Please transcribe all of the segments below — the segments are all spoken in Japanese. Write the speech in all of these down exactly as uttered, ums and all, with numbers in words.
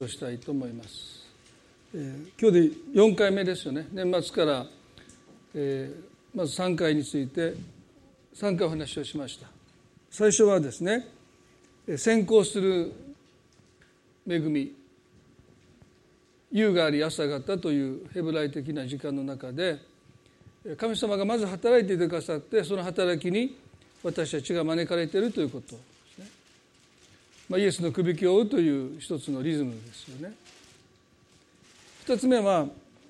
をしたいと思います。えー、今日でよんかいめですよね。年末から、えー、まずさんかいについてさんかいお話をしました。最初はですね、先行する恵み、夕があり朝方というヘブライ的な時間の中で、神様がまず働いていてくださって、その働きに私たちが招かれているということですね。まあ、イエスのくびきを追うという一つのリズムですよね。二つ目は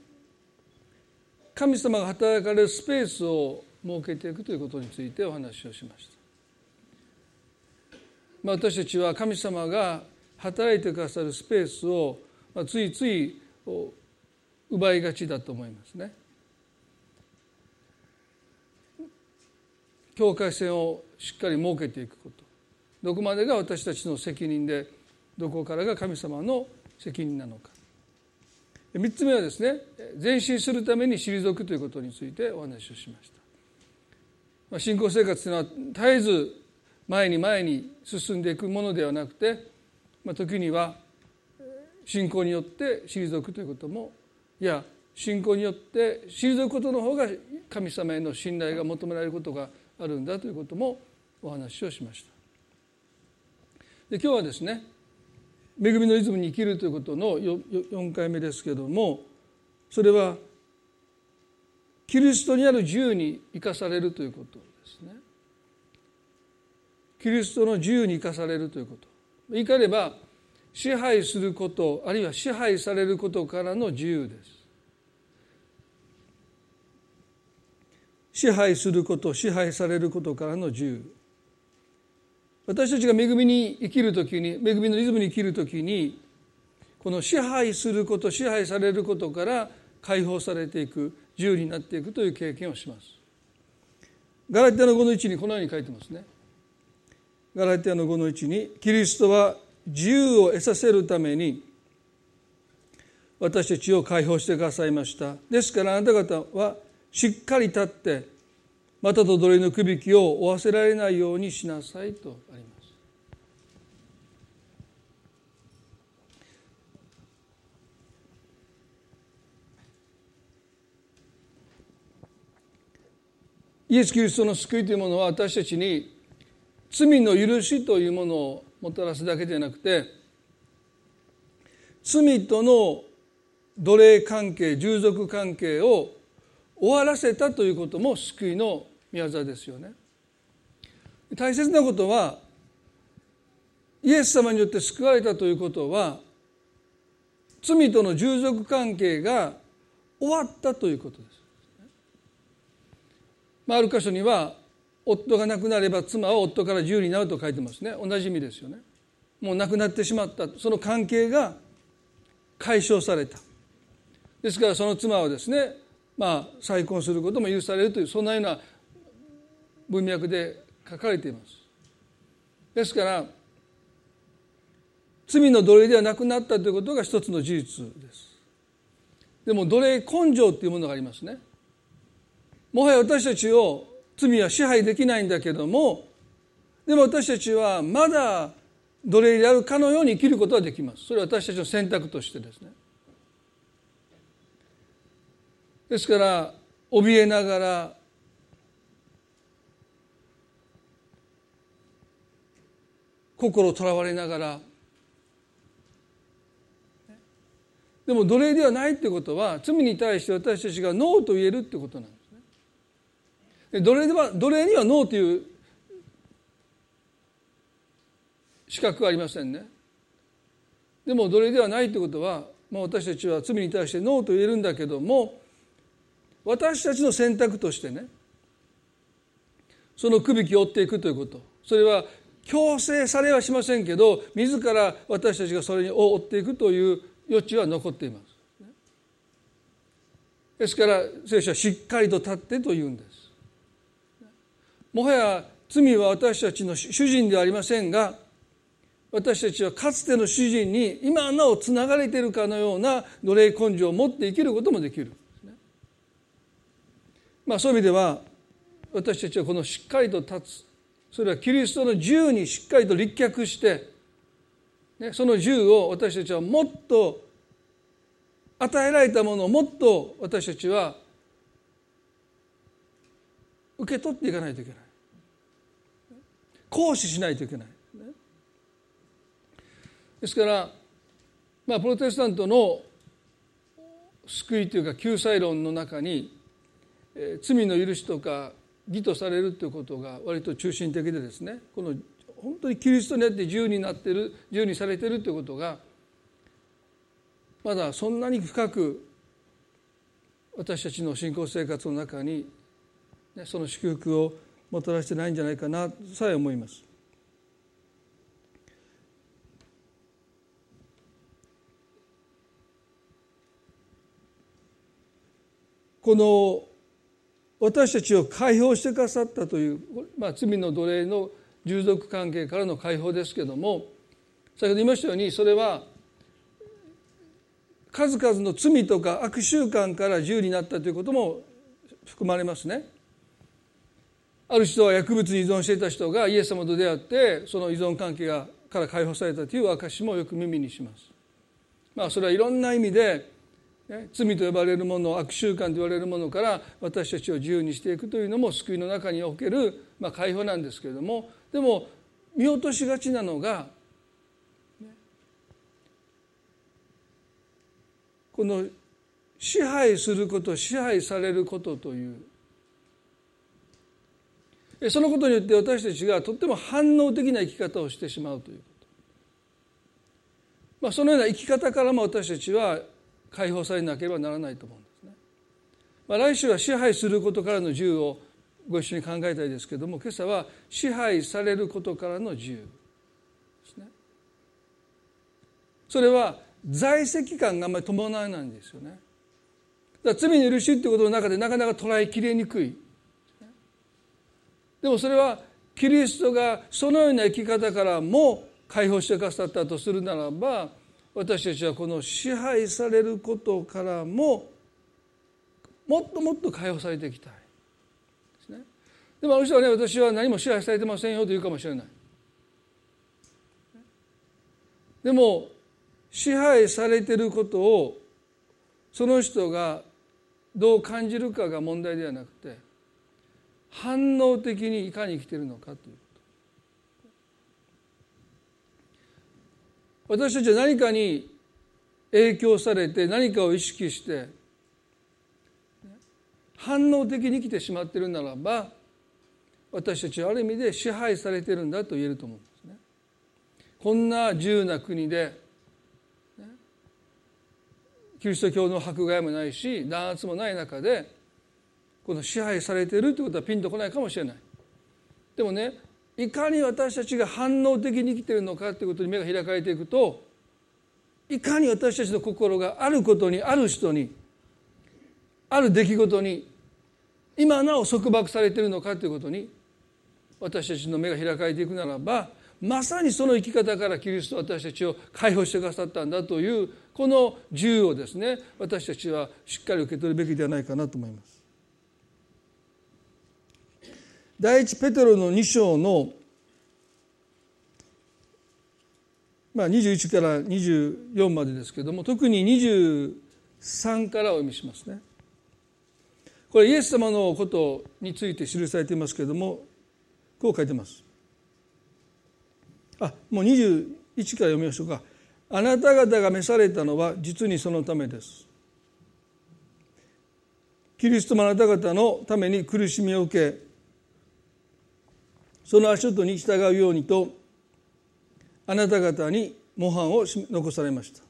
神様が働かれるスペースを設けていくということについてお話をしました。まあ、私たちは神様が働いてくださるスペースをついつい奪いがちだと思いますね。境界線をしっかり設けていくこと、どこまでが私たちの責任でどこからが神様の責任なのか。三つ目はですね、前進するために退くということについてお話をしました。まあ、信仰生活というのは絶えず前に前に進んでいくものではなくて、まあ、時には信仰によって退くということも、いや信仰によって退くことの方が神様への信頼が求められることがあるんだということもお話をしました。で、今日はですね、恵みのリズムに生きるということのよんかいめですけれども、それはキリストにある自由に生かされるということですね。キリストの自由に生かされるということ、言い換えれば支配すること、あるいは支配されることからの自由です。支配すること、支配されることからの自由。私たちが恵みに生きるときに、恵みのリズムに生きるときに、この支配すること、支配されることから解放されていく、自由になっていくという経験をします。ガラティアのごのいちにこのように書いてますね。ガラティアのごのいちに、キリストは自由を得させるために私たちを解放してくださいました。ですからあなた方はしっかり立ってまたと奴隷のくびきを負わせられないようにしなさいとあります。イエス・キリストの救いというものは私たちに罪の許しというものをもたらすだけではなくて、罪との奴隷関係、従属関係を終わらせたということも救いの御業ですよね。大切なことは、イエス様によって救われたということは、罪との従属関係が終わったということです。まあ、ある箇所には夫が亡くなれば妻は夫から自由になると書いてますね。同じ意味ですよね。もう亡くなってしまった、その関係が解消された。ですからその妻はですね、まあ再婚することも許されるという、そんなような文脈で書かれています。ですから罪の奴隷ではなくなったということが一つの事実です。でも奴隷根性というものがありますね。もはや私たちを罪は支配できないんだけども、でも私たちはまだ奴隷であるかのように生きることはできます。それは私たちの選択としてですね。ですから怯えながら心をとらわれながら、でも奴隷ではないということは、罪に対して私たちがノーと言えるということなんです。奴隷では、奴隷にはノーという資格はありませんね。でも奴隷ではないということは、まあ、私たちは罪に対してノーと言えるんだけども、私たちの選択としてね、そのくびきを追っていくということ、それは強制されはしませんけど、自ら私たちがそれを追っていくという余地は残っています。ですから聖書はしっかりと立ってというんです。もはや罪は私たちの主人ではありませんが、私たちはかつての主人に今なおつながれているかのような奴隷根性を持って生きることもできる。まあ、そういう意味では私たちはこのしっかりと立つ、それはキリストの自由にしっかりと立脚して、 ね、その十を私たちはもっと与えられたものをもっと私たちは受け取っていかないといけない。行使しないといけない。ですから、まあ、プロテスタントの救いというか救済論の中に、えー、罪の許しとか義とされるということが割と中心的でですね、この本当にキリストによって自由になっている、自由にされているということがまだそんなに深く私たちの信仰生活の中に、ね、その祝福をもたらしてないんじゃないかなとさえ思います。この私たちを解放してくださったという、まあ、罪の奴隷の従属関係からの解放ですけれども、先ほど言いましたようにそれは数々の罪とか悪習慣から自由になったということも含まれますね。ある人は薬物に依存していた人がイエス様と出会ってその依存関係がから解放されたという証もよく耳にします。まあそれはいろんな意味で、ね、罪と呼ばれるもの、悪習慣と言われるものから私たちを自由にしていくというのも救いの中における、まあ、解放なんですけれども、でも見落としがちなのが、ね、この支配すること、支配されることという、そのことによって私たちがとっても反応的な生き方をしてしまうということ、まあ、そのような生き方からも私たちは解放されなければならないと思うんですね。まあ、来週は支配することからの自由をご一緒に考えたいですけれども、今朝は支配されることからの自由ですね。それは在籍感があんまり伴わないんですよね。だから罪の許しということの中でなかなか捉えきれにくい。でもそれはキリストがそのような生き方からも解放してくださったとするならば、私たちはこの支配されることからももっともっと解放されていきたいですね。でもあの人はね、私は何も支配されてませんよと言うかもしれない。でも支配されていることをその人がどう感じるかが問題ではなくて、反応的にいかに生きているのかということ。私たちは何かに影響されて何かを意識して反応的に生きてしまっているならば、私たちはある意味で支配されているんだと言えると思うんですね。こんな自由な国でキリスト教の迫害もないし弾圧もない中で、この支配されているということはピンとこないかもしれない。でもね、いかに私たちが反応的に生きているのかということに目が開かれていくと、いかに私たちの心があることに、ある人に、ある出来事に今なお束縛されているのかということに私たちの目が開かれていくならば、まさにその生き方からキリストは私たちを解放してくださったんだというこの自由をですね、私たちはしっかり受け取るべきではないかなと思います。第一ペテロのに章の、まあ、にじゅういちからにじゅうよんまでですけれども、特ににじゅうさんからお読みしますね。これイエス様のことについて記されていますけれども、こう書いてます。あ、もうにじゅういちから読みましょうか。あなた方が召されたのは実にそのためです。キリストもあなた方のために苦しみを受け、その足元に従うようにとあなた方に模範を残されました。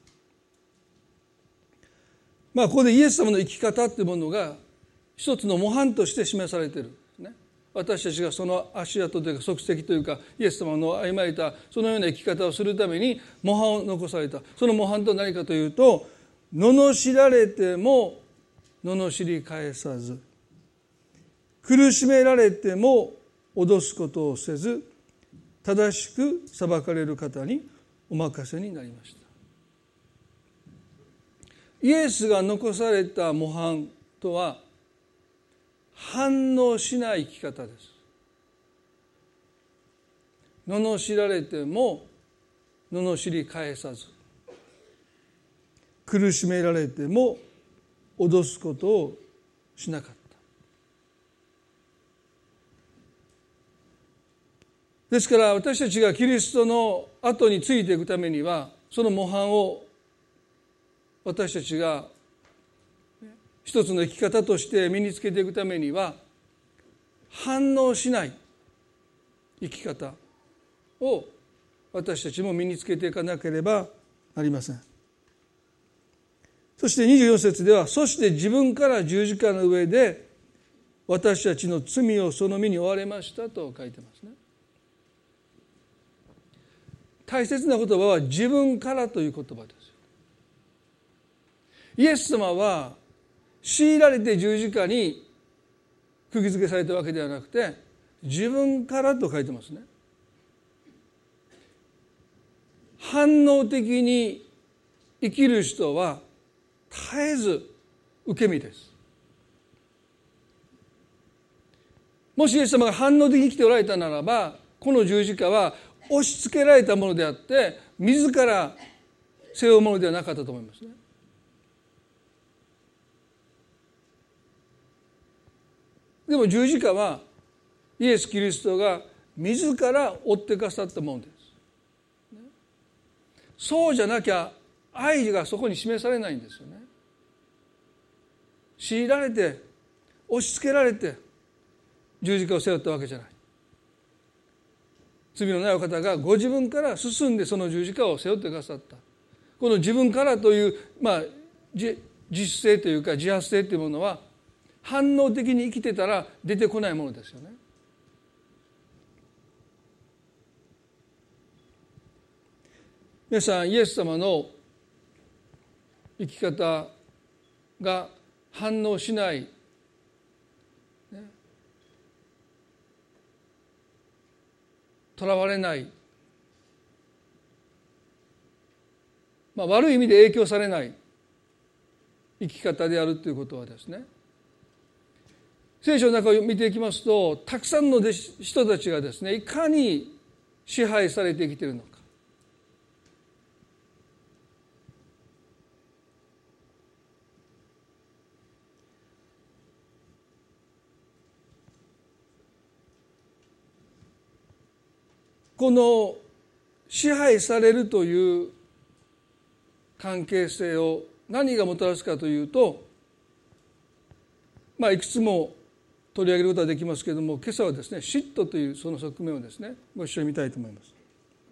まあここでイエス様の生き方というものが一つの模範として示されているんですね。私たちがその足跡というか足跡というかイエス様の歩まれたそのような生き方をするために模範を残された。その模範とは何かというと、罵られても罵り返さず、苦しめられても脅すことをせず、正しく裁かれる方にお任せになりました。イエスが残された模範とは反応しない生き方です。罵られても罵り返さず、苦しめられても脅すことをしなかった。ですから私たちがキリストの後についていくためには、その模範を私たちが一つの生き方として身につけていくためには、反応しない生き方を私たちも身につけていかなければなりません。そしてにじゅうよん節では、そして自分から十字架の上で私たちの罪をその身に負われましたと書いてますね。大切な言葉は自分からという言葉です。イエス様は強いられて十字架に釘付けされたわけではなくて、自分からと書いてますね。反応的に生きる人は絶えず受け身です。もしイエス様が反応的に生きておられたならば、この十字架は押し付けられたものであって自ら背負うものではなかったと思いますね。でも十字架はイエス・キリストが自ら追ってくださったものです。そうじゃなきゃ愛がそこに示されないんですよね。強いられて押し付けられて十字架を背負ったわけじゃない。罪のないお方がご自分から進んでその十字架を背負ってくださった。この自分からという、まあ、自主性というか自発性というものは反応的に生きてたら出てこないものですよね。皆さん、イエス様の生き方が反応しない、ね、とらわれない、まあ、悪い意味で影響されない生き方であるということはですね、聖書の中を見ていきますと、たくさんの人たちがですね、いかに支配されて生きているのか。この支配されるという関係性を何がもたらすかというと、まあいくつも取り上げることはできますけれども、今朝はですね、嫉妬というその側面をですね、ご一緒に見たいと思います。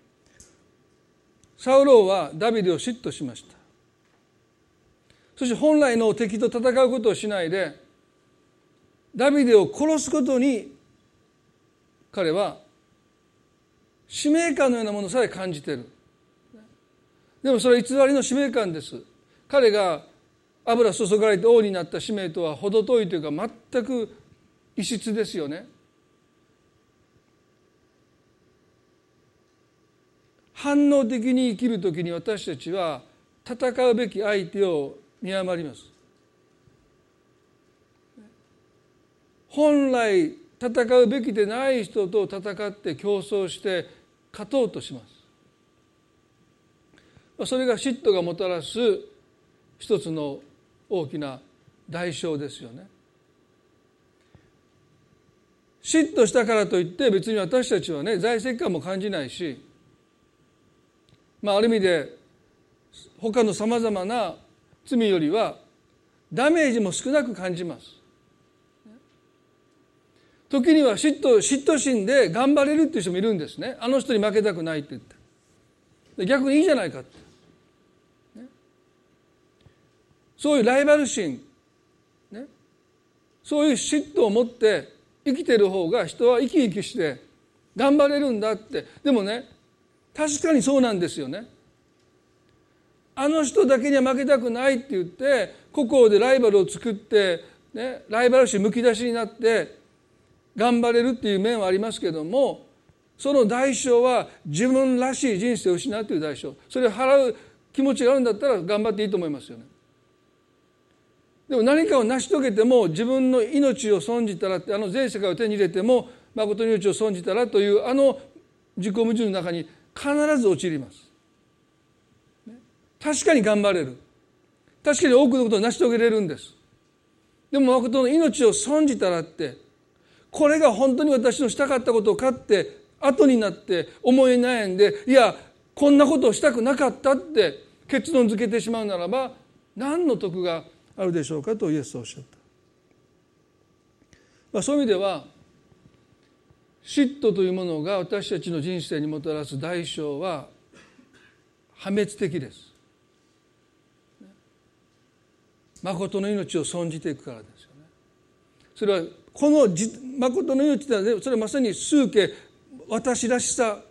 サウロはダビデを嫉妬しました。そして本来の敵と戦うことをしないで、ダビデを殺すことに彼は使命感のようなものさえ感じている。でもそれは偽りの使命感です。彼が油注がれて王になった使命とは程遠いというか、全く異質ですよね。反応的に生きるときに私たちは戦うべき相手を見誤ります。本来戦うべきでない人と戦って競争して勝とうとします。それが嫉妬がもたらす一つの大きな代償ですよね。嫉妬したからといって別に私たちはね、罪責感も感じないし、まあある意味で他のさまざまな罪よりはダメージも少なく感じます。時には嫉妬、嫉妬心で頑張れるっていう人もいるんですね。あの人に負けたくないって言って。逆にいいじゃないかって。ね、そういうライバル心、ね、そういう嫉妬を持って生きている方が人は生き生きして頑張れるんだって。でもね、確かにそうなんですよね。あの人だけには負けたくないって言って、個々でライバルを作って、ね、ライバル心むき出しになって頑張れるっていう面はありますけども、その代償は自分らしい人生を失うという代償、それを払う気持ちがあるんだったら頑張っていいと思いますよね。でも何かを成し遂げても自分の命を損じたらって、あの全世界を手に入れても誠に命を損じたらというあの自己矛盾の中に必ず陥ります。 確かに頑張れる。確かに多くのことを成し遂げれるんです。でも誠の命を損じたらって、これが本当に私のしたかったことかって後になって思い悩んで、いやこんなことをしたくなかったって結論付けてしまうならば何の得があるでしょうかとイエスはおっしゃった。まあ、そういう意味では嫉妬というものが私たちの人生にもたらす代償は破滅的です。誠の命を損じていくからですよね。それはこの誠の命というのはそれはまさに数家私らしさ、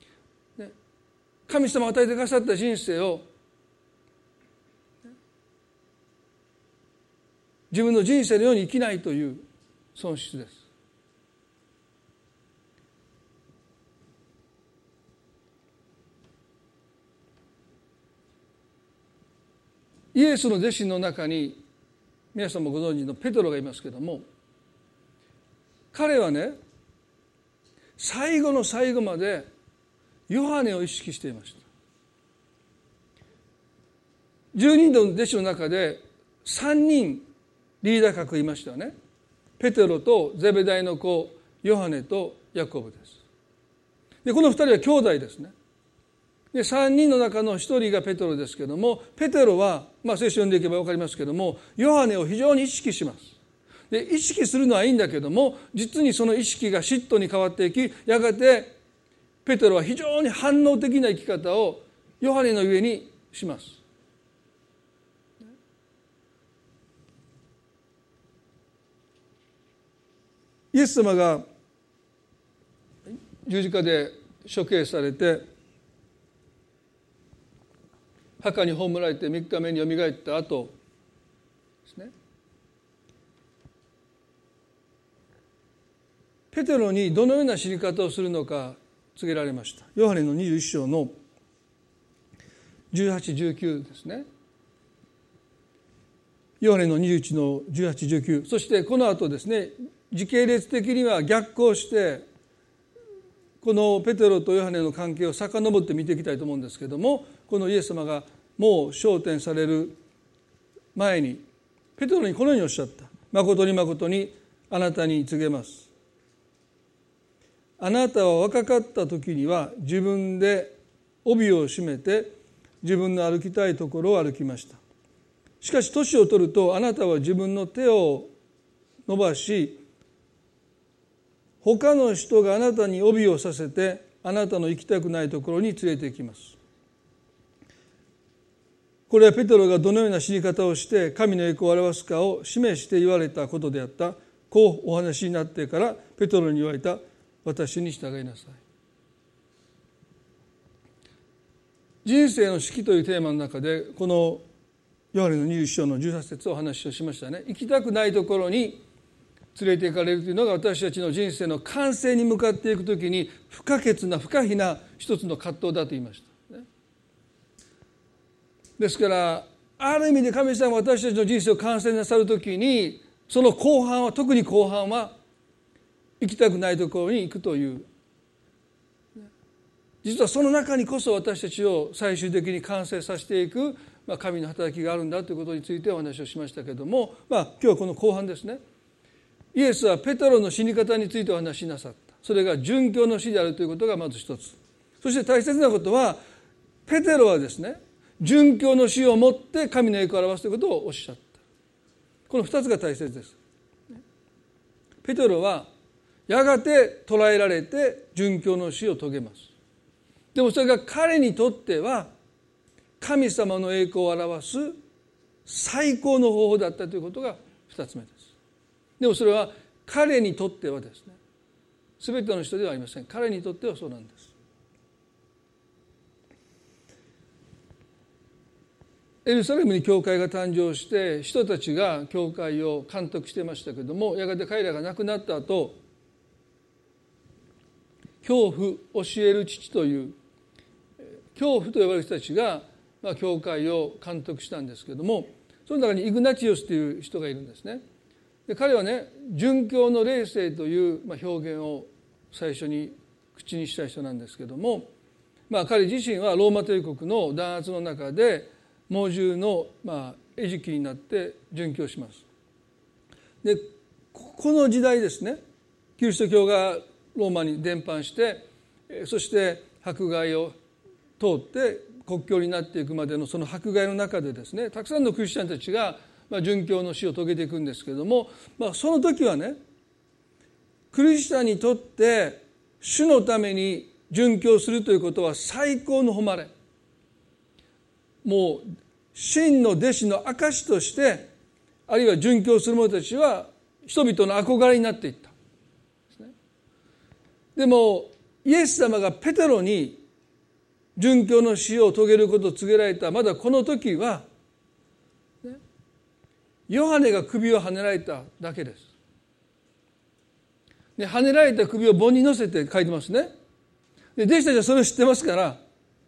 神様が与えてくださった人生を自分の人生のように生きないという損失です。イエスの弟子の中に皆さんもご存知のペトロがいますけども、彼はね最後の最後までヨハネを意識していました。じゅうにんの弟子の中でさんにんリーダー格いましたよね。ペテロとゼベダイの子ヨハネとヤコブです。でこのふたりは兄弟ですね。でさんにんの中のひとりがペテロですけども、ペテロは、まあ、聖書を読んでいけば分かりますけども、ヨハネを非常に意識します。で意識するのはいいんだけども、実にその意識が嫉妬に変わっていき、やがてペテロは非常に反応的な生き方をヨハネの上にします。イエス様が十字架で処刑されて墓に葬られてみっかめによみがえった後ですね、ペテロにどのような死に方をするのか告げられました。ヨハネのにじゅういっ章のじゅうはち、じゅうきゅうですね。ヨハネのにじゅういちのじゅうはち、じゅうきゅう、そしてこの後ですね、時系列的には逆行してこのペテロとヨハネの関係を遡って見ていきたいと思うんですけども、このイエス様がもう昇天される前にペテロにこのようにおっしゃった。誠に誠にあなたに告げます。あなたは若かった時には自分で帯を締めて自分の歩きたいところを歩きました。しかし年を取るとあなたは自分の手を伸ばし、他の人があなたに帯をさせてあなたの行きたくないところに連れて行きます。これはペテロがどのような死に方をして神の栄光を表すかを示して言われたことであった。こうお話になってからペテロに言われた。私に従いなさい。人生の式というテーマの中でこのヨハネのにじゅういっ章のじゅうはち節をお話をしましたね。行きたくないところに連れて行かれるというのが私たちの人生の完成に向かっていくときに不可欠な不可避な一つの葛藤だと言いました、ね、ですからある意味で神様は私たちの人生を完成なさるときにその後半は特に後半は行きたくないところに行くという、実はその中にこそ私たちを最終的に完成させていく、まあ、神の働きがあるんだということについてお話をしましたけれども、まあ、今日はこの後半ですね。イエスはペテロの死に方についてお話しなさった。それが殉教の死であるということがまず一つ。そして大切なことはペテロはですね、殉教の死をもって神の栄光を表すということをおっしゃった。この二つが大切です。ペテロはやがて捕らえられて殉教の死を遂げます。でもそれが彼にとっては神様の栄光を表す最高の方法だったということが二つ目です。でもそれは彼にとってはですね、全ての人ではありません。彼にとってはそうなんです。エルサレムに教会が誕生して人たちが教会を監督していましたけれども、やがて彼らが亡くなった後、教父、教える父という教父と呼ばれる人たちが、まあ、教会を監督したんですけれども、その中にイグナチオスという人がいるんですね。で彼はね、殉教の霊性という、まあ、表現を最初に口にした人なんですけども、まあ、彼自身はローマ帝国の弾圧の中で、 猛獣の、まあ、餌食になって殉教します。でこの時代ですね、キリスト教がローマに伝播して、そして迫害を通って国教になっていくまでのその迫害の中でですね、たくさんのクリスチャンたちが、まあ、殉教の死を遂げていくんですけれども、まあ、その時はね、クリスチャンにとって主のために殉教するということは最高の誉れ、もう真の弟子の証として、あるいは殉教する者たちは人々の憧れになっていった。でもイエス様がペテロに殉教の死を遂げることを告げられたまだこの時は、ヨハネが首をはねられただけです。で、はねられた首を盆に乗せて書いてますね。で、弟子たちはそれを知ってますから、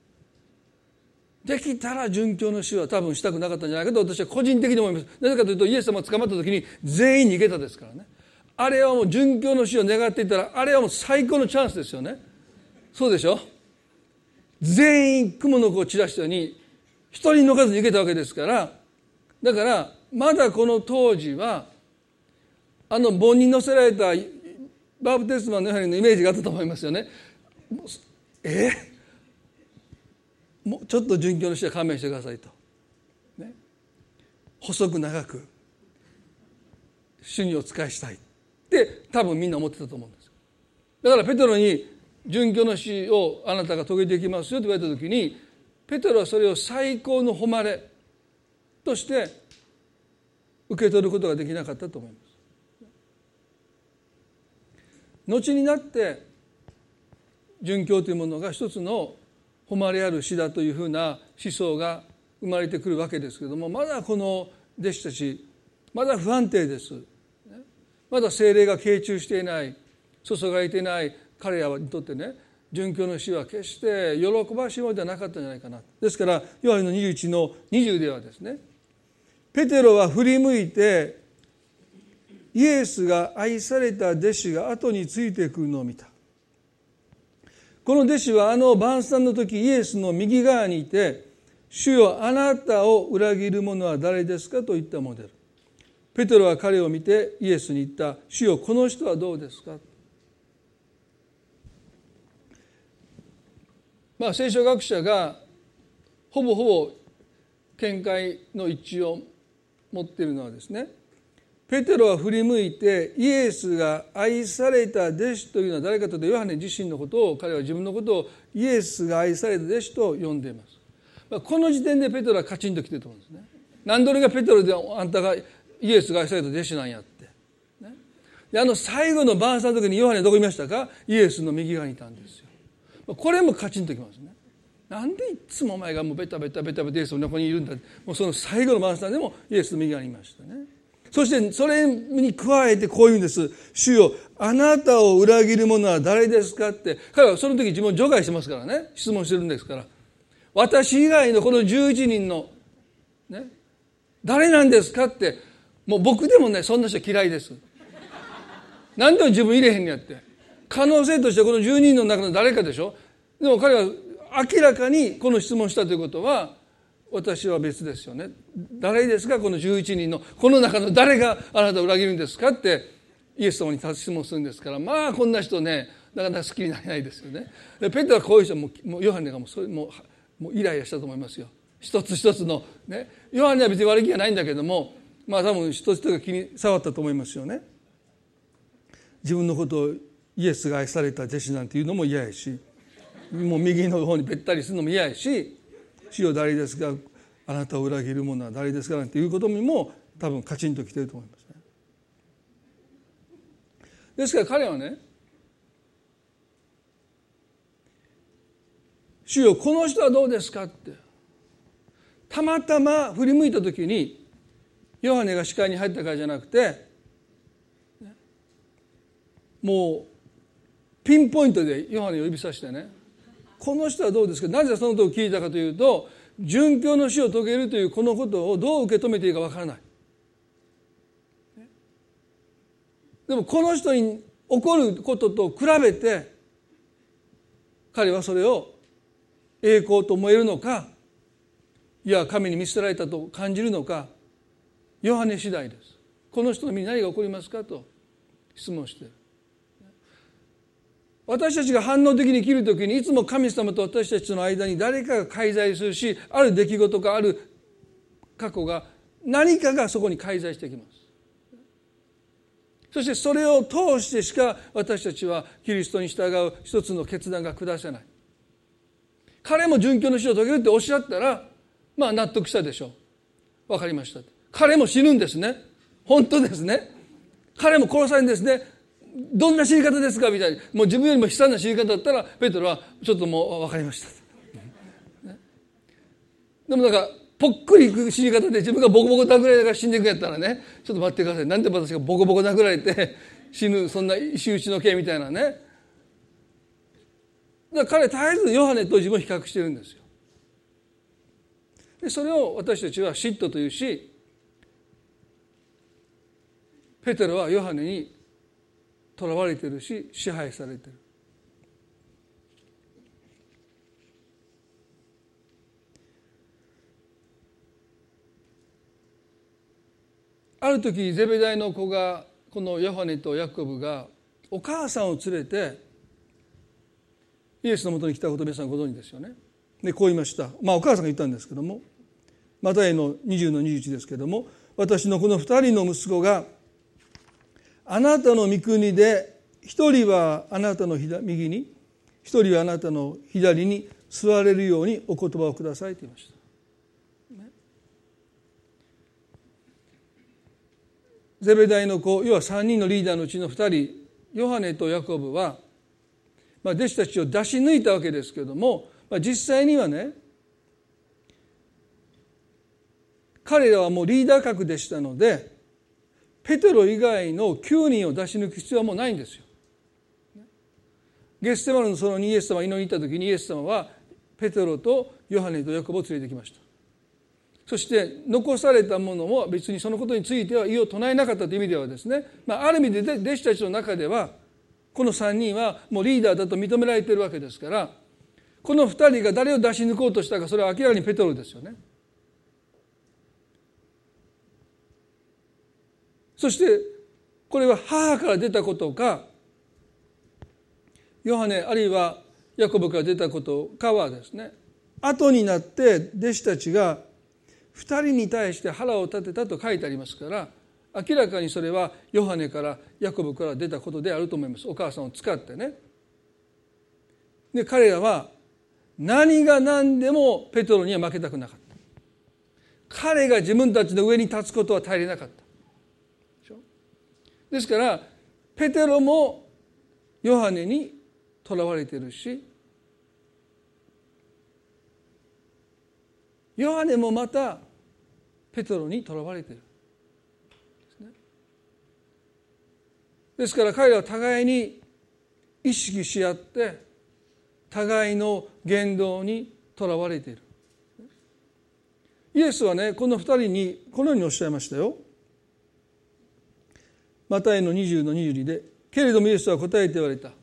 できたら殉教の死は多分したくなかったんじゃないかと私は個人的に思います。なぜかというと、イエス様が捕まった時に全員逃げたですからね。あれはもう殉教の死を願っていたら、あれはもう最高のチャンスですよね。そうでしょ。全員蜘蛛の子を散らしたように一人残らず逃げたわけですから、だからまだこの当時はあの盆に乗せられたバープテスマのヨハネのイメージがあったと思いますよね。えもうちょっと殉教の死は勘弁してくださいと、ね、細く長く主にお仕えしたいって多分みんな思ってたと思うんです。だからペテロに殉教の死をあなたが遂げていきますよと言われた時に、ペテロはそれを最高の誉れとして受け取ることができなかったと思います。後になって殉教というものが一つの誉れある死だというふうな思想が生まれてくるわけですけれども、まだこの弟子たちまだ不安定です。まだ聖霊が傾注していない、注がれていない彼らにとってね、殉教の死は決して喜ばしいものではなかったんじゃないかな。ですからヨハネのにじゅういちのにじゅうではですね、ペテロは振り向いてイエスが愛された弟子が後についてくるのを見た。この弟子はあの晩餐の時イエスの右側にいて、主よあなたを裏切る者は誰ですかと言ったものである。ペテロは彼を見てイエスに言った。主よこの人はどうですか。まあ、聖書学者がほぼほぼ見解の一致を持っているのはですね、ペテロは振り向いてイエスが愛された弟子というのは誰かというと、ヨハネ自身のことを、彼は自分のことをイエスが愛された弟子と呼んでいます。まあ、この時点でペテロはカチンときてると思うんですね。なんで俺がペテロであんたがイエスが愛された弟子なんやって、ね、であの最後の晩餐の時にヨハネどこにいましたか。イエスの右側にいたんですよ。これもカチンときますね。なんでいつもお前がもうベタベタベタベタイエスの横にいるんだ。もうその最後の晩餐でもイエスの右側にいましたね。そしてそれに加えてこういうんです。主よあなたを裏切る者は誰ですかって、彼はその時自分を除外してますからね、質問してるんですから、私以外のこのじゅういちにんのね誰なんですかって、もう僕でもねそんな人嫌いです。なんで自分入れへんのやって、可能性としてこのじゅうにんの中の誰かでしょ。でも彼は明らかにこの質問したということは、私は別ですよね。誰ですかこのじゅういちにんのこの中の誰があなたを裏切るんですかってイエス様に質問するんですから、まあこんな人ねなかなか好きになれないですよね。でペテロはこういう人ももうヨハネがもうそれもうもうイライラしたと思いますよ。一つ一つのね、ヨハネは別に悪気がないんだけども、まあ多分一つ一つが気に障ったと思いますよね。自分のことをイエスが愛された弟子なんていうのも嫌やし、もう右の方にべったりするのも嫌やし、主よ誰ですか、あなたを裏切る者は誰ですかなんていうことにも多分カチンときてると思いますね。ですから彼はね、主よこの人はどうですかってたまたま振り向いた時にヨハネが視界に入ったからじゃなくて、もうピンポイントでヨハネを指さしてね、この人はどうですか。なぜそのことを聞いたかというと、殉教の死を遂げるというこのことをどう受け止めていいかわからない。でもこの人に起こることと比べて彼はそれを栄光と思えるのか、 いや神に見捨てられたと感じるのか、ヨハネ次第です。この人の身に何が起こりますかと質問している。私たちが反応的に生きるときに、いつも神様と私たちとの間に誰かが介在するし、ある出来事かある過去が、何かがそこに介在してきます。そしてそれを通してしか私たちはキリストに従う一つの決断が下せない。彼も殉教の死を遂げるっておっしゃったら、まあ納得したでしょう。わかりました。彼も死ぬんですね。本当ですね。彼も殺されるんですね。どんな死に方ですかみたいに、もう自分よりも悲惨な死に方だったらペテロはちょっともう分かりました、ね、でもなんかぽっくりいく死に方で自分がボコボコ殴られながら死んでいくんやったらね、ちょっと待ってください、なんで私がボコボコ殴られて死ぬ、そんな石打ちの刑みたいなね。だから彼絶えずヨハネと自分を比較してるんですよ。でそれを私たちは嫉妬というし、ペテロはヨハネに囚われているし支配されている。ある時ゼベダイの子が、このヨハネとヤコブがお母さんを連れてイエスのもとに来たことを皆さんご存知ですよね。でこう言いました。まあお母さんが言ったんですけども、マタイのにじゅうのにじゅういちですけども、私のこの二人の息子があなたの御国で一人はあなたの右に、一人はあなたの左に座れるようにお言葉をくださいと言いました、ね、ゼベダイの子、要はさんにんのリーダーのうちのふたり、ヨハネとヤコブは、まあ、弟子たちを出し抜いたわけですけれども、まあ、実際にはね、彼らはもうリーダー格でしたので、ペテロ以外のきゅうにんを出し抜く必要はもうないんですよ。ゲステマネの園にイエス様が祈りに行った時に、イエス様はペテロとヨハネとヤコブを連れてきました。そして残されたものも別にそのことについては異を唱えなかったという意味ではですね、まあ、ある意味で弟子たちの中ではこのさんにんはもうリーダーだと認められているわけですから、このふたりが誰を出し抜こうとしたか、それは明らかにペテロですよね。そしてこれは母から出たことか、ヨハネあるいはヤコブから出たことかはですね、後になって弟子たちがふたりに対して腹を立てたと書いてありますから、明らかにそれはヨハネからヤコブから出たことであると思います。お母さんを使ってね。で彼らは何が何でもペテロには負けたくなかった。彼が自分たちの上に立つことは耐えれなかった。ですからペテロもヨハネに囚われているし、ヨハネもまたペテロに囚われている。ですから彼らは互いに意識し合って互いの言動に囚われている。イエスはね、この二人にこのようにおっしゃいましたよ。マタイのにじゅうのにじゅうにで、けれどもイエスは答えて言われた。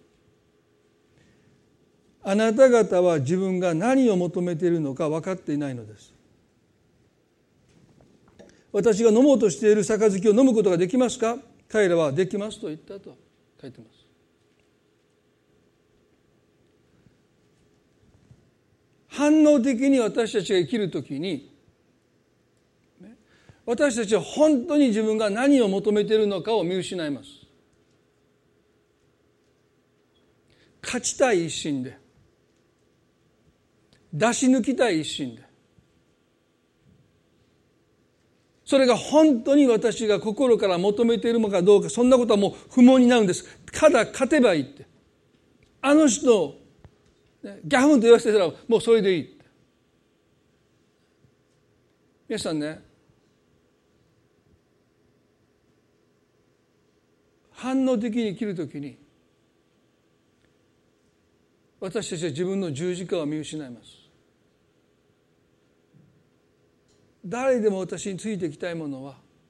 あなた方は自分が何を求めているのか分かっていないのです。私が飲もうとしている杯を飲むことができますか？彼らはできますと言ったと書いてます。反応的に私たちが生きるときに、私たちは本当に自分が何を求めているのかを見失います。勝ちたい一心で、出し抜きたい一心で、それが本当に私が心から求めているのかどうか、そんなことはもう不問になるんです。ただ勝てばいいって、あの人をギャフンと言わせてたらもうそれでいいって。皆さんね、反応的に生きるときに私たちは自分の十字架を見失います。誰でも私についていきたいものは、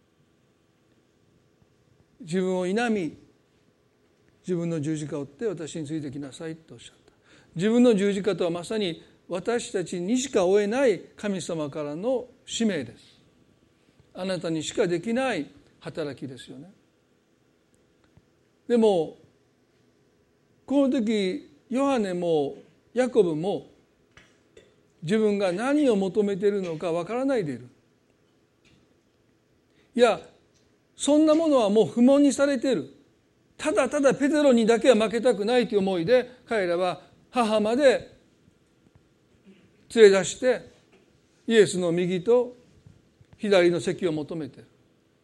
自分を否み自分の十字架を追って私についてきなさいとおっしゃった。自分の十字架とはまさに私たちにしか負えない神様からの使命です。あなたにしかできない働きですよね。でもこの時ヨハネもヤコブも自分が何を求めているのかわからないでいる。いや、そんなものはもう不問にされている。ただただペテロにだけは負けたくないという思いで彼らは母まで連れ出してイエスの右と左の席を求めている。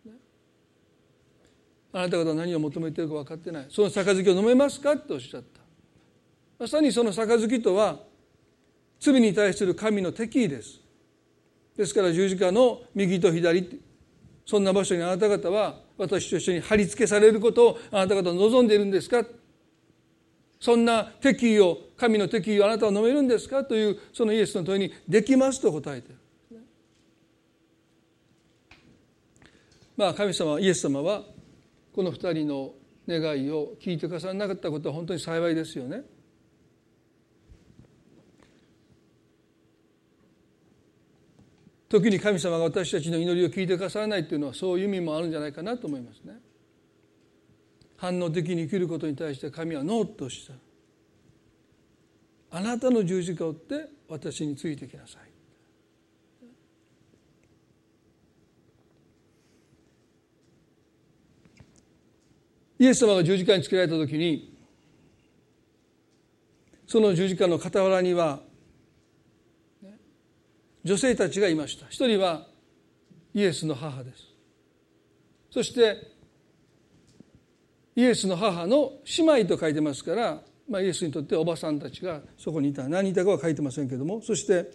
あなた方は何を求めているか分かってない。その杯を飲めますかとおっしゃった。まさにその杯とは罪に対する神の敵意です。ですから十字架の右と左、そんな場所にあなた方は私と一緒に貼り付けされることをあなた方は望んでいるんですか。そんな敵意を、神の敵意をあなたは飲めるんですかというそのイエスの問いにできますと答えている。まあ神様、イエス様はこの二人の願いを聞いてくださらなかったことは本当に幸いですよね。時に神様が私たちの祈りを聞いてくださらないというのはそういう意味もあるんじゃないかなと思いますね。反応的に生きることに対して神はノーとおっしゃる。あなたの十字架を追って私についてきなさい。イエス様が十字架につけられた時にその十字架の傍らには女性たちがいました。一人はイエスの母です。そしてイエスの母の姉妹と書いてますから、まあ、イエスにとっておばさんたちがそこにいた。何人いたかは書いてませんけども、そして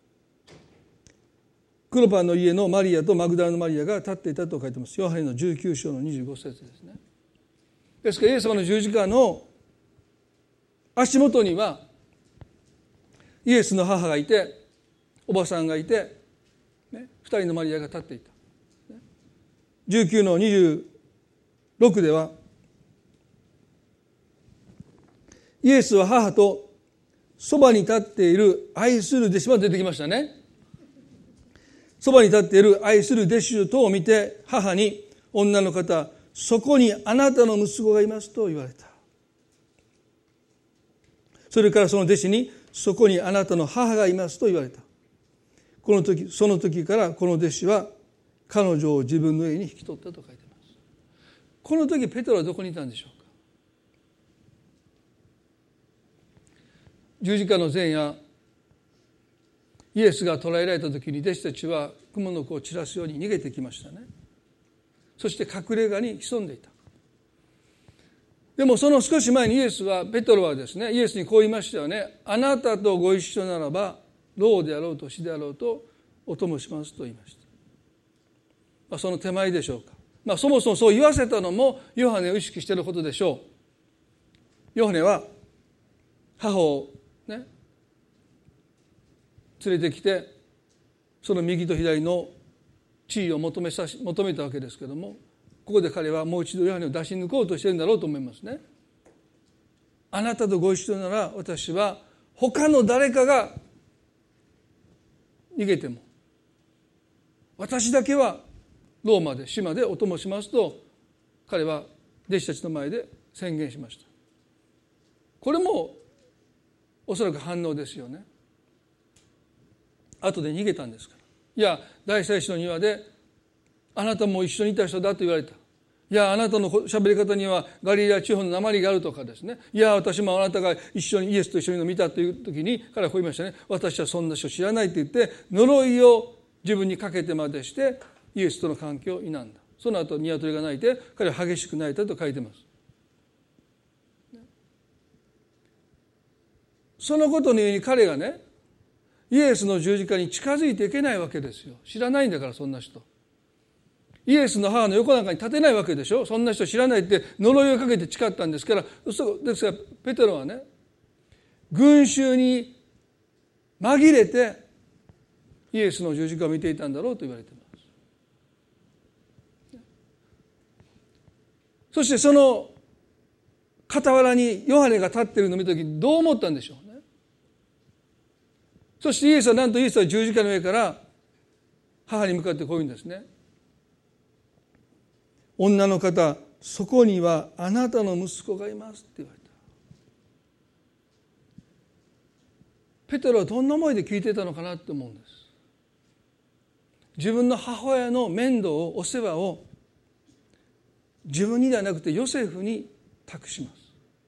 クロパの家のマリアとマグダラのマリアが立っていたと書いてます。ヨハネのじゅうきゅう章のにじゅうご節ですね。ですからイエス様の十字架の足元にはイエスの母がいて、おばさんがいて、ね、二人のマリアが立っていた。じゅうきゅうのにじゅうろくではイエスは母とそばに立っている愛する弟子まで出てきましたね。そばに立っている愛する弟子とを見て母に、女の方、そこにあなたの息子がいますと言われた。それからその弟子に、そこにあなたの母がいますと言われた。この時、その時からこの弟子は彼女を自分の家に引き取ったと書いています。この時ペテロはどこにいたんでしょうか。十字架の前夜、イエスが捕らえられた時に弟子たちは蜘蛛の子を散らすように逃げてきましたね。そして隠れ家に潜んでいた。でもその少し前にイエスは、ペテロはですね、イエスにこう言いましたよね。あなたとご一緒ならば老であろうと死であろうとお供しますと言いました。まあ、その手前でしょうか。まあ、そもそもそう言わせたのもヨハネを意識していることでしょう。ヨハネは母をね連れてきて、その右と左の地位を求めさし求めたわけですけども、ここで彼はもう一度ヨハネを出し抜こうとしているんだろうと思いますね。あなたとご一緒なら私は他の誰かが逃げても私だけはローマで島でお供しますと彼は弟子たちの前で宣言しました。これもおそらく反応ですよね。後で逃げたんですから。いや、大祭司の庭であなたも一緒にいた人だと言われた。いや、あなたの喋り方にはガリラヤ地方の訛りがあるとかですね。いや、私もあなたが一緒にイエスと一緒にの見たという時に彼はこう言いましたね。私はそんな人知らないと言って呪いを自分にかけてまでしてイエスとの関係を否んだ。その後鶏が鳴いて彼は激しく泣いたと書いてます。そのことのように彼がね、イエスの十字架に近づいていけないわけですよ。知らないんだからそんな人。イエスの母の横なんかに立てないわけでしょ。そんな人知らないって呪いをかけて誓ったんですから。ですからペテロはね、群衆に紛れてイエスの十字架を見ていたんだろうと言われています。そしてその傍らにヨハネが立っているのを見たときにどう思ったんでしょうね。 そしてイエスはなんとイエスは十字架の上から母に向かってこう言うんですね。女の方、そこにはあなたの息子がいますって言われた。ペテロはどんな思いで聞いてたのかなって思うんです。自分の母親の面倒をお世話を自分にではなくてヨセフに託します。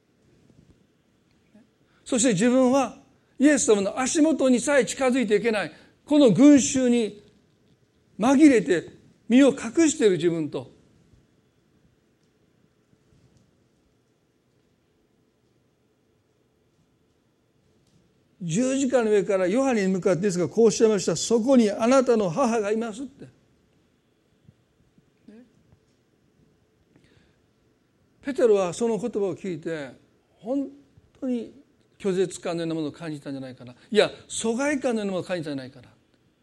そして自分はイエス様の足元にさえ近づいていけないこの群衆に紛れて身を隠している自分と、十字架の上からヨハネに向かってですがこうおっしゃいました。そこにあなたの母がいますって。ペテロはその言葉を聞いて本当に拒絶感のようなものを感じたんじゃないかな。いや疎外感のようなものを感じたんじゃないかな。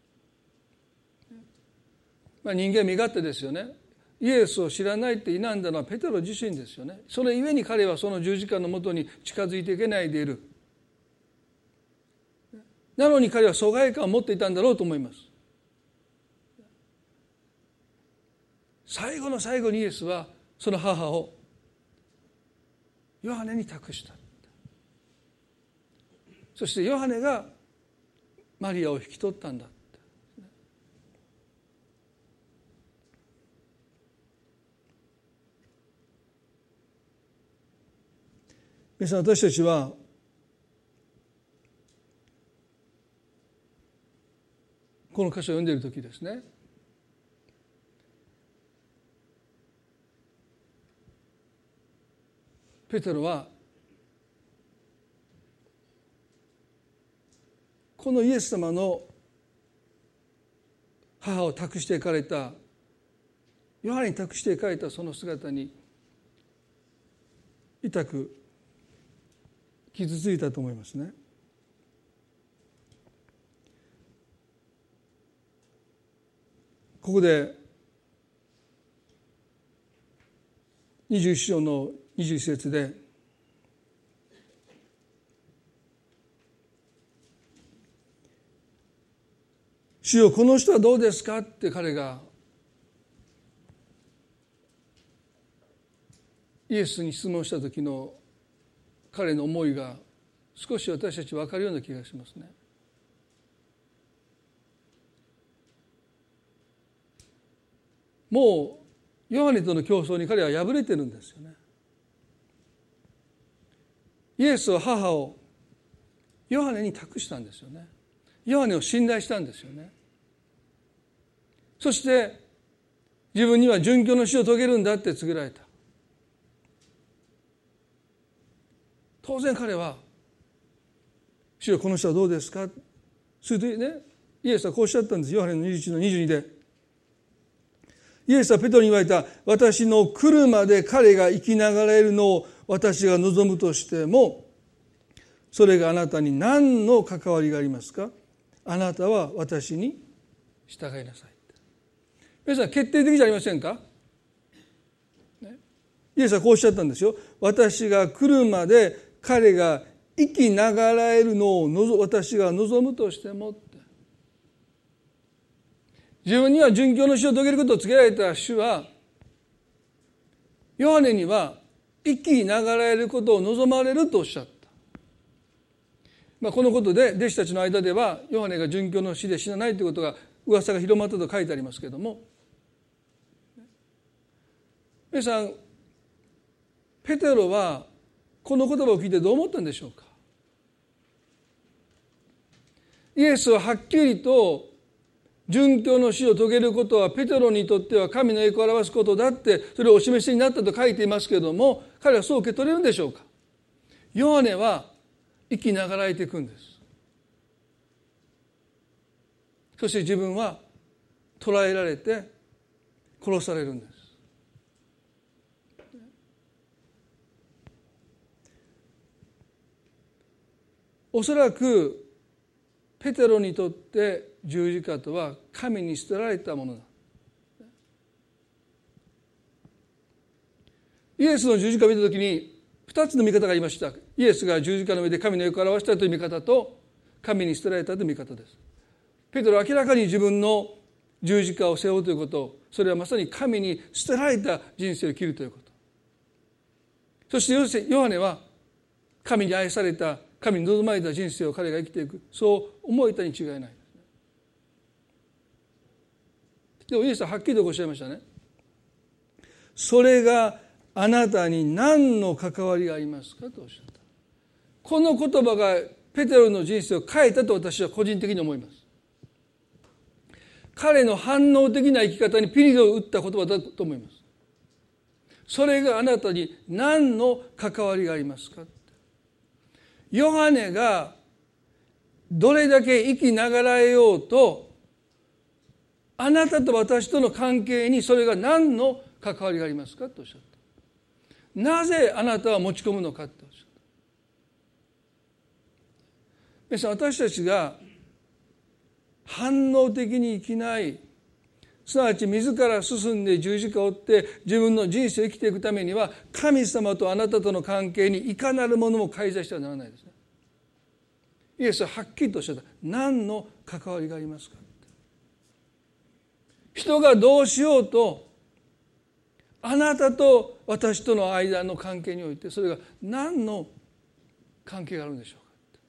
まあ、人間身勝手ですよね。イエスを知らないって否んだのはペテロ自身ですよね。それゆえに彼はその十字架のもとに近づいていけないでいる。なのに彼は疎外感を持っていたんだろうと思います。最後の最後にイエスはその母をヨハネに託した。そしてヨハネがマリアを引き取ったんだ。皆さん、私たちはこの箇所を読んでいるときですね、ペテロはこのイエス様の母を託していかれた、ヨハネに託していかれたその姿に痛く傷ついたと思いますね。ここでにじゅういち章のにじゅういち節で、主よこの人はどうですかって彼がイエスに質問した時の彼の思いが少し私たち分かるような気がしますね。もうヨハネとの競争に彼は敗れてるんですよね。イエスは母をヨハネに託したんですよね。ヨハネを信頼したんですよね。そして自分には殉教の死を遂げるんだって告げられた。当然彼は主よこの人はどうですか。するとね、イエスはこうおっしゃったんです。ヨハネのにじゅういちのにじゅうにで、イエスはペトロに言われた。私の来るまで彼が生きながらえるのを私が望むとしても、それがあなたに何の関わりがありますか。あなたは私に従いなさい。皆さん決定的じゃありませんか、ね、イエスはこうおっしゃったんですよ。私が来るまで彼が生きながらえるのを私が望むとしてもって。自分には殉教の死を遂げることを告げられた主は、ヨハネには生きながらえることを望まれるとおっしゃった。まあ、このことで弟子たちの間ではヨハネが殉教の死で死なないということが噂が広まったと書いてありますけれども、皆さんペテロはこの言葉を聞いてどう思ったんでしょうか。イエスははっきりと殉教の死を遂げることはペテロにとっては神の栄光を表すことだってそれをお示しになったと書いていますけれども、彼はそう受け取れるんでしょうか。ヨハネは生きながらえていくんです。そして自分は捕らえられて殺されるんです。おそらくペテロにとって十字架とは神に捨てられたものだ。イエスの十字架を見たときに二つの見方がありました。イエスが十字架の上で神の栄光を表したという見方と、 神に捨てられたという見方です。ペテロは明らかに自分の十字架を背負うということ、それはまさに神に捨てられた人生を生きるということ。そしてヨハネは神に愛された、神に望まれた人生を彼が生きていく、そう思えたに違いないですね。でもイエスははっきりとおっしゃいましたね。それがあなたに何の関わりがありますかとおっしゃった。この言葉がペテロの人生を変えたと私は個人的に思います。彼の反応的な生き方にピリオドを打った言葉だと思います。それがあなたに何の関わりがありますか。ヨハネがどれだけ生きながらえようと、あなたと私との関係にそれが何の関わりがありますかとおっしゃった。なぜあなたは持ち込むのかとおっしゃった。皆さん、私たちが反応的に生きない、すなわち自ら進んで十字架を追って自分の人生を生きていくためには、神様とあなたとの関係にいかなるものも介在してはならないですね。イエスははっきりとおっしゃった。何の関わりがありますか。人がどうしようと、あなたと私との間の関係においてそれが何の関係があるんでしょうか。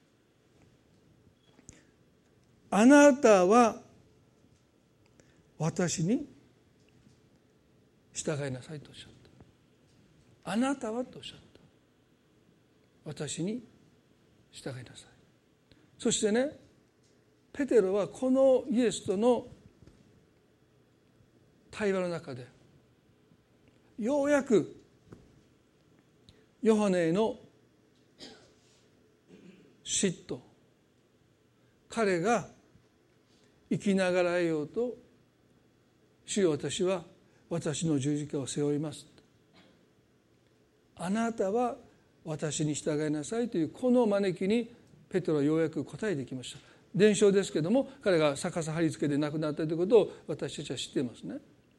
あなたは私に従いなさいとおっしゃった。あなたはとおっしゃった。私に従いなさい。そしてね、ペテロはこのイエスとの対話の中でようやくヨハネへの嫉妬、彼が生きながらえようと、主よ、私は私の十字架を背負います、あなたは私に従いなさいというこの招きにペテロはようやく答えてきました。伝承ですけども、彼が逆さ貼り付けで亡くなったということを私たちは知っていますね。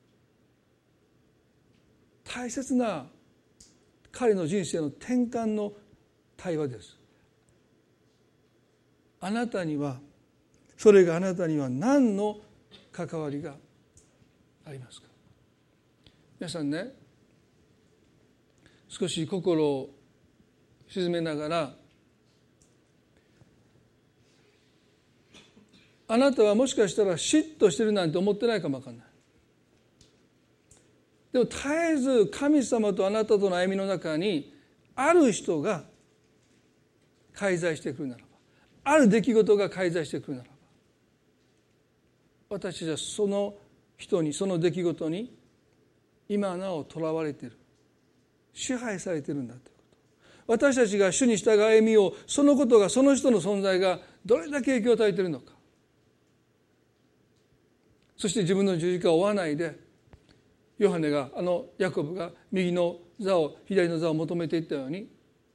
大切な彼の人生の転換の対話です。あなたには、それがあなたには何の関わりがありますか。皆さんね、少し心を静めながら、あなたはもしかしたら嫉妬してるなんて思ってないかもわかんない。でも絶えず神様とあなたとの歩みの中にある人が介在してくるならば、ある出来事が介在してくるならば、私たちはその人に、その出来事に今なおとらわれている、支配されているんだということ。私たちが主に従う歩みを、そのことが、その人の存在がどれだけ影響を与えているのか。そして自分の十字架を追わないで、ヨハネが、あのヤコブが右の座を、左の座を求めていったように、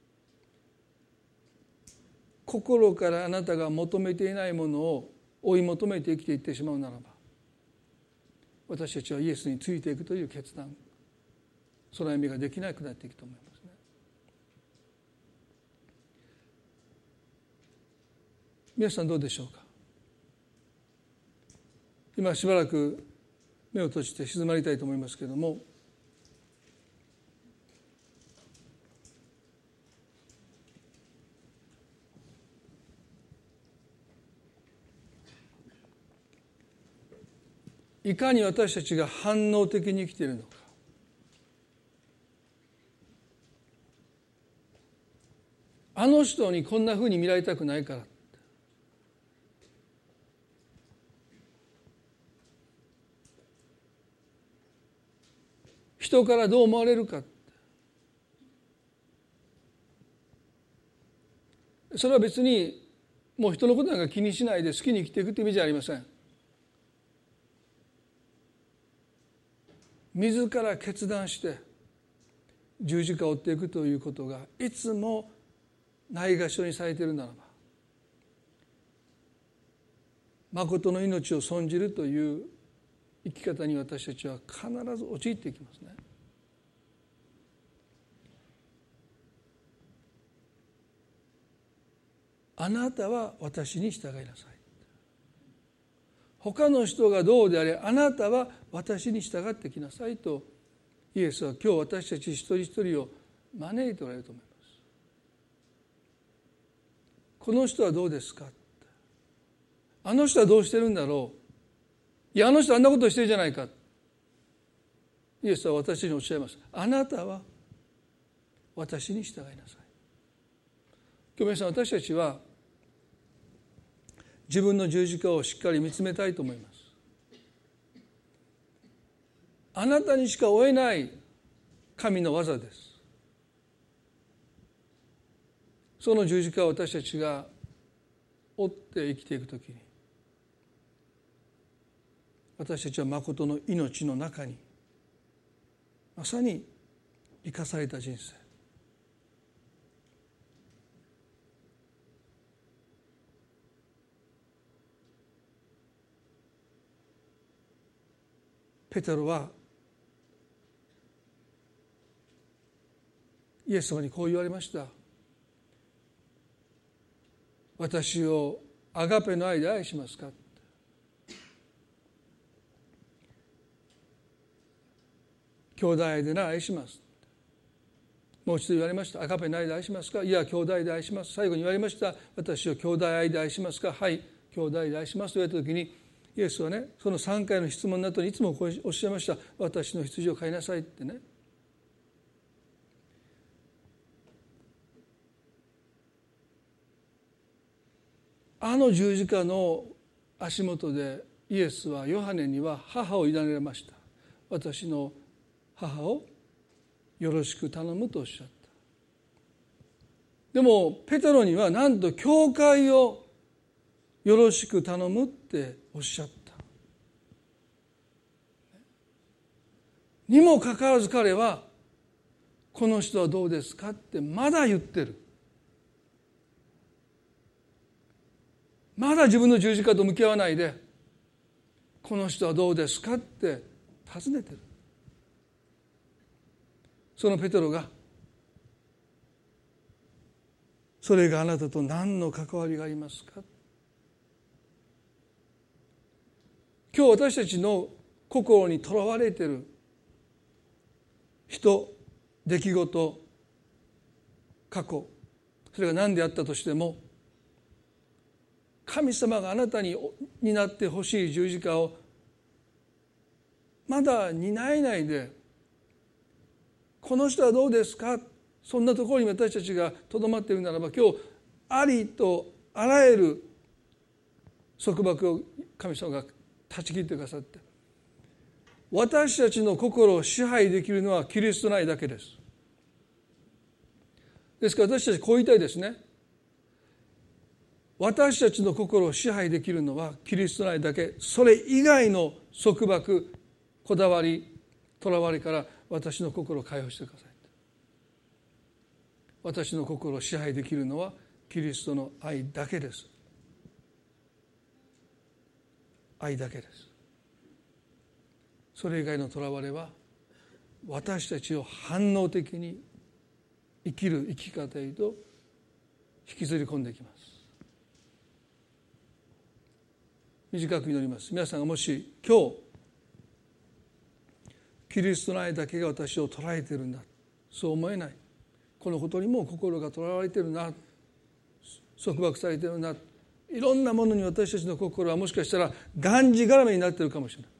心からあなたが求めていないものを追い求めて生きていってしまうならば、私たちはイエスについていくという決断、その歩みができなくなっていくと思いますね。皆さんどうでしょうか。今しばらく目を閉じて静まりたいと思いますけれども、いかに私たちが反応的に生きているのか。あの人にこんなふうに見られたくないから、人からどう思われるか、それは別にもう人のことなんか気にしないで好きに生きていくという意味じゃありません。自ら決断して十字架を追っていくということがいつもないがしろにされているならば、誠の命を損じるという生き方に私たちは必ず陥っていきますね。 あなたは私に従いなさい。他の人がどうであれ、あなたは私に従ってきなさいと、イエスは今日私たち一人一人を招いておられると思います。この人はどうですか、あの人はどうしてるんだろう、いやあの人あんなことしてるじゃないか。イエスは私におっしゃいます。あなたは私に従いなさい。今日皆さん、私たちは自分の十字架をしっかり見つめたいと思います。あなたにしか負えない神の技です。その十字架を私たちが追って生きていくときに、私たちは誠の命の中にまさに生かされた人生、ペテロはイエス様にこう言われました。私をアガペの愛で愛しますか。兄弟愛でな愛します。もう一度言われました。アガペの愛で愛しますか。いや兄弟で愛します。最後に言われました。私を兄弟愛で愛しますか。はい、兄弟で愛しますと言われた時に、イエスはね、そのさんかいの質問の後にいつもこうおっしゃいました。私の羊を飼いなさいってね。あの十字架の足元でイエスはヨハネには母を委ねられました。私の母をよろしく頼むとおっしゃった。でもペテロにはなんと教会をよろしく頼むっておっしゃった。にもかかわらず彼はこの人はどうですかってまだ言ってる。まだ自分の十字架と向き合わないで、この人はどうですかって尋ねてる。そのペテロが、それがあなたと何の関わりがありますか。今日私たちの心にとらわれている人、出来事、過去、それが何であったとしても、神様があなたに担ってほしい十字架をまだ担えないで、この人はどうですか、そんなところに私たちがとどまっているならば、今日ありとあらゆる束縛を神様が断ち切ってくださって、私たちの心を支配できるのはキリストの愛だけです。ですから私たちこう言いたいですね。私たちの心を支配できるのはキリストの愛だけ。それ以外の束縛、こだわり、とらわれから私の心を解放してください。私の心を支配できるのはキリストの愛だけです。愛だけです。それ以外のとらわれは私たちを反応的に生きる生き方へと引きずり込んでいきます。短く祈ります。皆さんがもし今日キリストの愛だけが私を捉えているんだ、そう思えない、このことにも心がとらわれているな、束縛されているな、いろんなものに私たちの心はもしかしたらがんじがらめになっているかもしれない。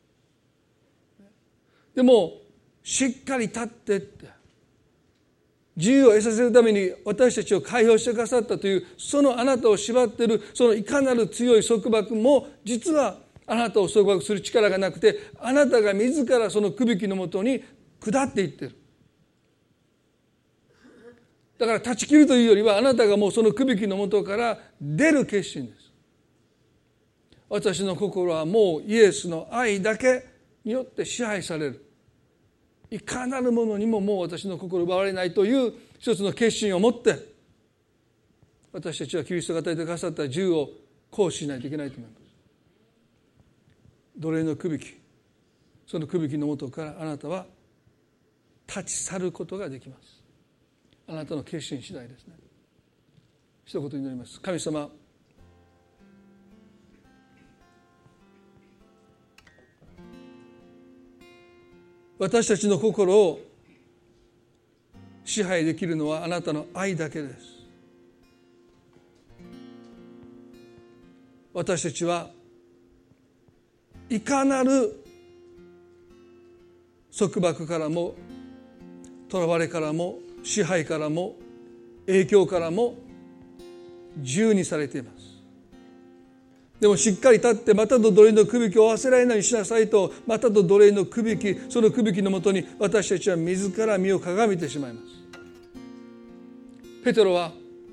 でもしっかり立ってって、自由を得させるために私たちを解放してくださったという、そのあなたを縛っているそのいかなる強い束縛も、実はあなたを束縛する力がなくて、あなたが自らそのくびきのもとに下っていっている。だから断ち切るというよりは、あなたがもうそのくびきのもとから出る決心です。私の心はもうイエスの愛だけによって支配される。いかなるものにももう私の心を奪われないという一つの決心を持って、私たちはキリストが与えてくださった自由を行使しないといけないと思います。奴隷のくびき、そのくびきのもとからあなたは立ち去ることができます。あなたの決心次第ですね。 一言祈ります。神様、私たちの心を支配できるのはあなたの愛だけです。私たちはいかなる束縛からも囚われからも支配からも影響からも自由にされています。でもしっかり立ってまたと奴隷のくびきを忘れないようにしなさいと、またと奴隷のくびき、そのくびきのもとに私たちは自ら身をかがめてしまいます。ペテロは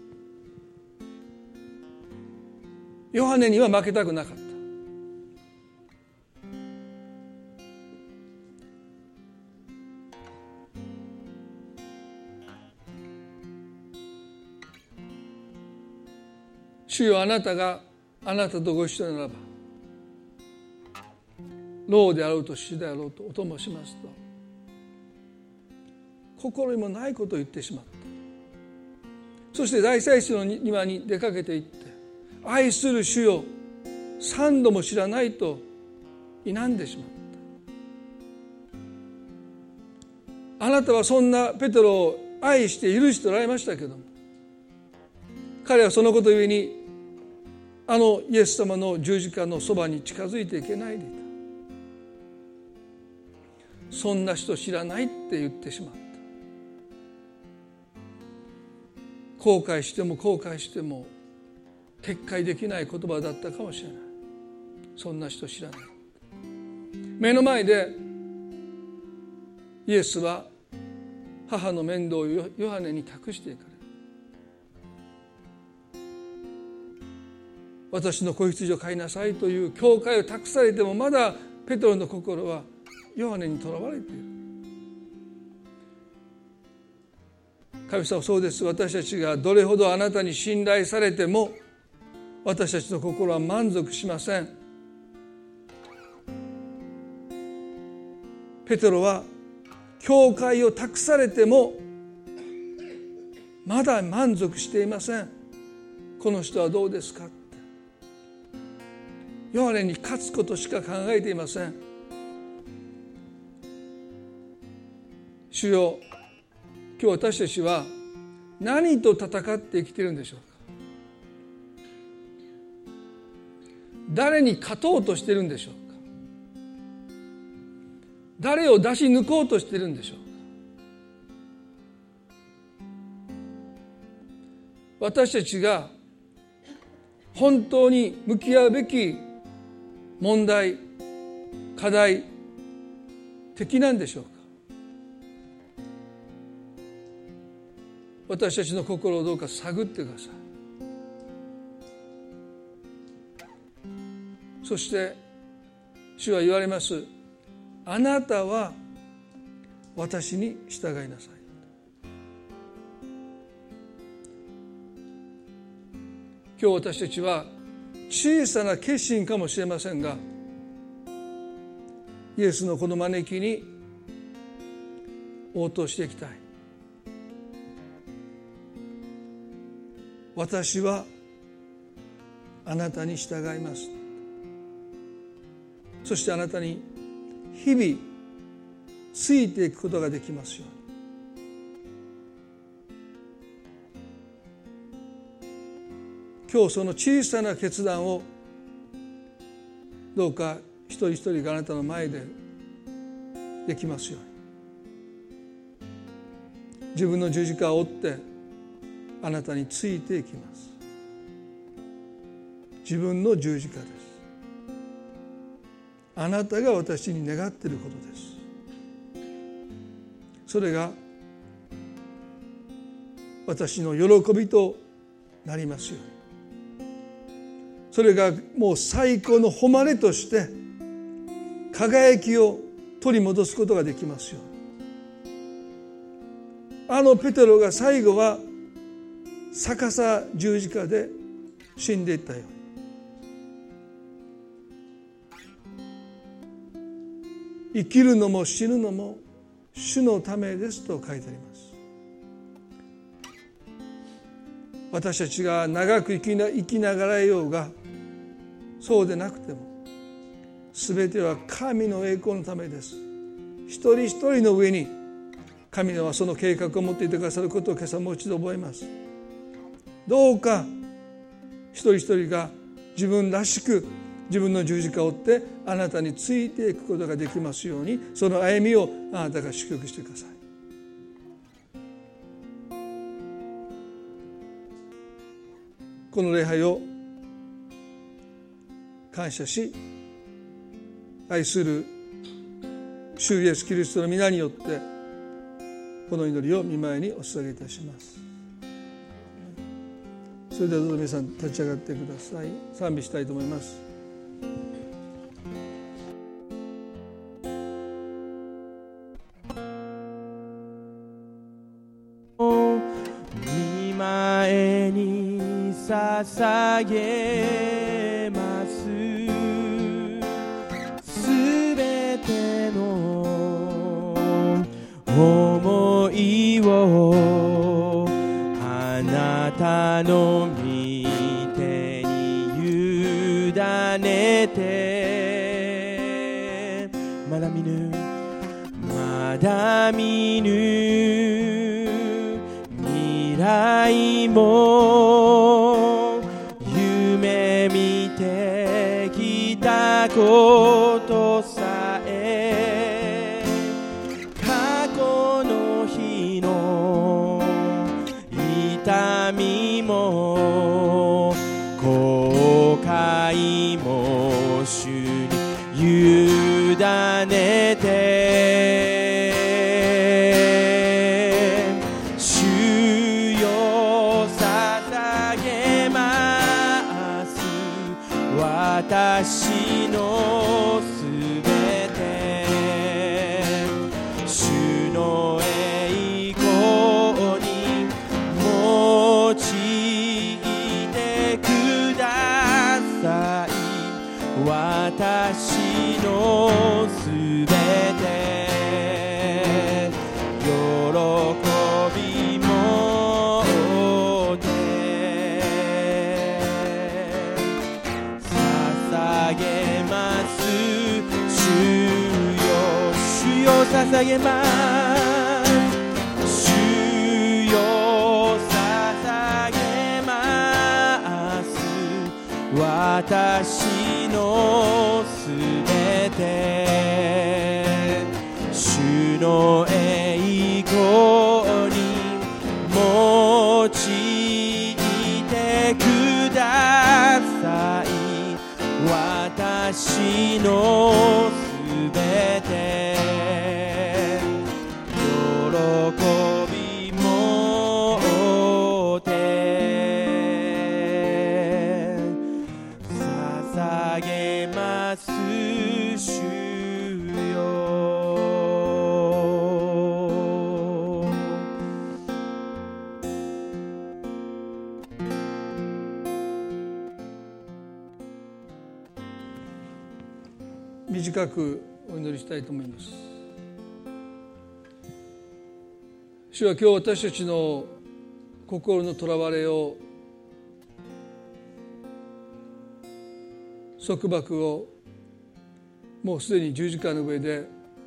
ヨハネには負けたくなかった。主よ、あなたがあなたとご一緒ならば、老であろうと死であろうとお供しますと、心にもないことを言ってしまった。そして大祭司の庭に出かけて行って、愛する主よ、三度も知らないと否んでしまった。あなたはそんなペテロを愛して許しておられましたけども、彼はそのことゆえにあのイエス様の十字架のそばに近づいていけないでいた。そんな人知らないって言ってしまった。後悔しても後悔しても撤回できない言葉だったかもしれない。そんな人知らない。目の前でイエスは母の面倒をヨハネに託していかれる。私の子羊を飼いなさいという教会を託されても、まだペテロの心はヨハネにとらわれている。神様、そうです。私たちがどれほどあなたに信頼されても私たちの心は満足しません。ペテロは教会を託されてもまだ満足していません。この人はどうですか。ヨハネに勝つことしか考えていません。主よ、今日私たちは何と戦って生きているんでしょうか。誰に勝とうとしているんでしょうか。誰を出し抜こうとしているんでしょうか。私たちが本当に向き合うべき問題、課題、敵なんでしょうか。私たちの心をどうか探ってください。そして主は言われます。あなたは私に従いなさい。今日私たちは小さな決心かもしれませんが、イエスのこの招きに応答していきたい。私はあなたに従います。そしてあなたに日々ついていくことができますように。今日その小さな決断をどうか一人一人があなたの前でできますように。自分の十字架を追ってあなたについていきます。自分の十字架です。あなたが私に願っていることです。それが私の喜びとなりますように。それがもう最高の誉れとして輝きを取り戻すことができますように。あのペテロが最後は逆さ十字架で死んでいったように、生きるのも死ぬのも主のためですと書いてあります。 私たちが長く生きな、生きながらえようが、そうでなくてもすべては神の栄光のためです。一人一人の上に神はその計画を持っていてくださることを今朝もう一度覚えます。どうか一人一人が自分らしく自分の十字架を追ってあなたについていくことができますように、その歩みをあなたが祝福してください。この礼拝を感謝し、愛する主イエスキリストの皆によってこの祈りを御前にお捧げいたします。それではどうぞ皆さん立ち上がってください。賛美したいと思います。 御前に捧げます。すべての思いをあなたの御手に委ねて、まだ見ぬまだ見ぬ未来も夢見てきたことさえ、過去の日の痛みも後悔も主に委ねて、主よ捧げます。私のすべて、主の栄光に用いてください。私のすべて、喜びもって捧げます。主よ、主よ捧げます。主よ捧げます。私のすべて、主の栄光に用いてください。私のすべて、喜びもって捧げます。主よ、 短くお祈りしたいと思います。主は今日私たちの心のとらわれを、束縛をもうすでに十字架の上で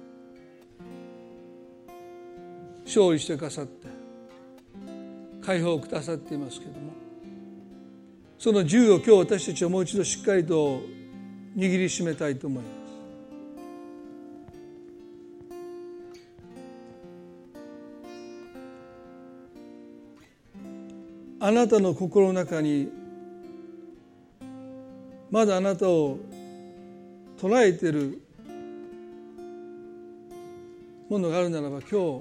勝利してくださって解放をくださっていますけれども、その銃を今日私たちはもう一度しっかりと握りしめたいと思います。あなたの心の中にまだあなたを捉えているものがあるならば、今日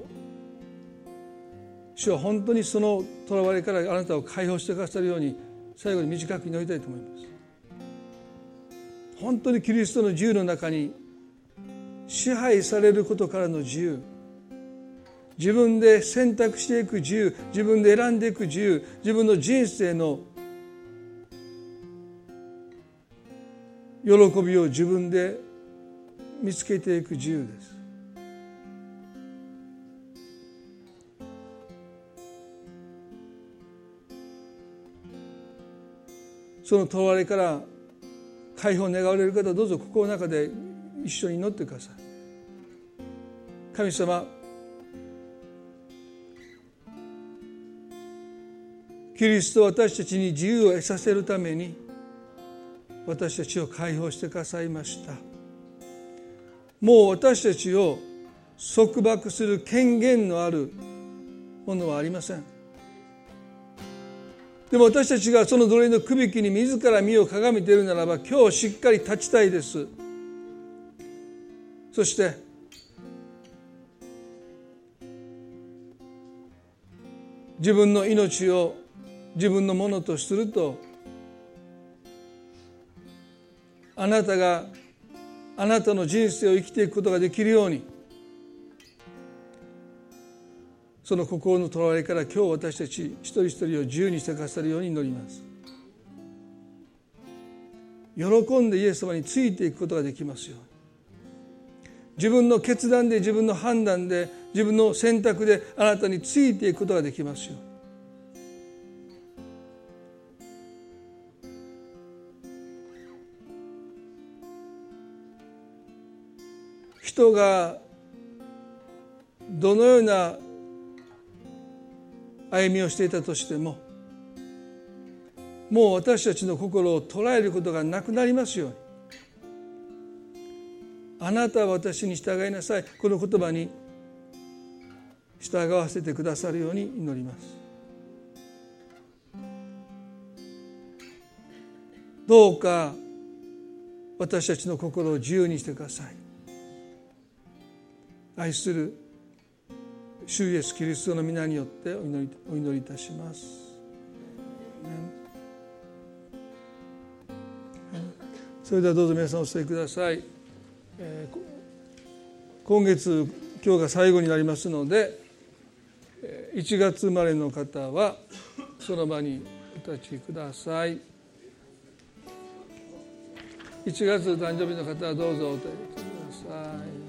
主は本当にその囚われからあなたを解放してくださるように最後に短く祈りたいと思います。本当にキリストの自由の中に支配されることからの自由、自分で選択していく自由、自分で選んでいく自由、自分の人生の喜びを自分で見つけていく自由です。 その囚われから解放を願われる方はどうぞ心の中で一緒に祈ってください。神様、キリストは私たちに自由を得させるために私たちを解放してくださいました。もう私たちを束縛する権限のあるものはありません。でも私たちがその奴隷のくびきに自ら身をかがめているならば、今日しっかり立ちたいです。そして自分の命を自分のものとすると、あなたがあなたの人生を生きていくことができるように、その心の囚われから今日私たち一人一人を自由にしてくださるように祈ります。喜んでイエス様についていくことができますように、自分の決断で、自分の判断で、自分の選択であなたについていくことができますように。人がどのような歩みをしていたとしても、もう私たちの心を捉えることがなくなりますように。あなたは私に従いなさい、この言葉に従わせてくださるように祈ります。どうか私たちの心を自由にしてください。愛する主イエスキリストの皆によってお祈り、お祈りいたします。それではどうぞ皆さんお座りください。えー、今月今日が最後になりますので、いちがつ生まれの方はその場にお立ちください。いちがつ誕生日の方はどうぞお立ちください。